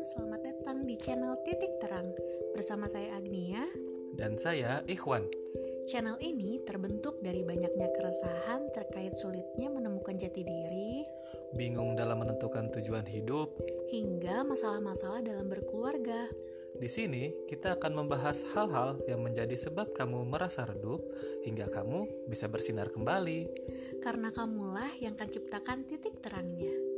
selamat datang di channel Titik Terang. Bersama saya Agnia. Dan saya Ikhwan. Channel ini terbentuk dari banyaknya keresahan terkait sulitnya menemukan jati diri, Bingung dalam menentukan tujuan hidup. hingga masalah-masalah dalam berkeluarga. Di sini kita akan membahas hal-hal yang menjadi sebab kamu merasa redup hingga kamu bisa bersinar kembali. Karena kamulah yang akan ciptakan titik terangnya.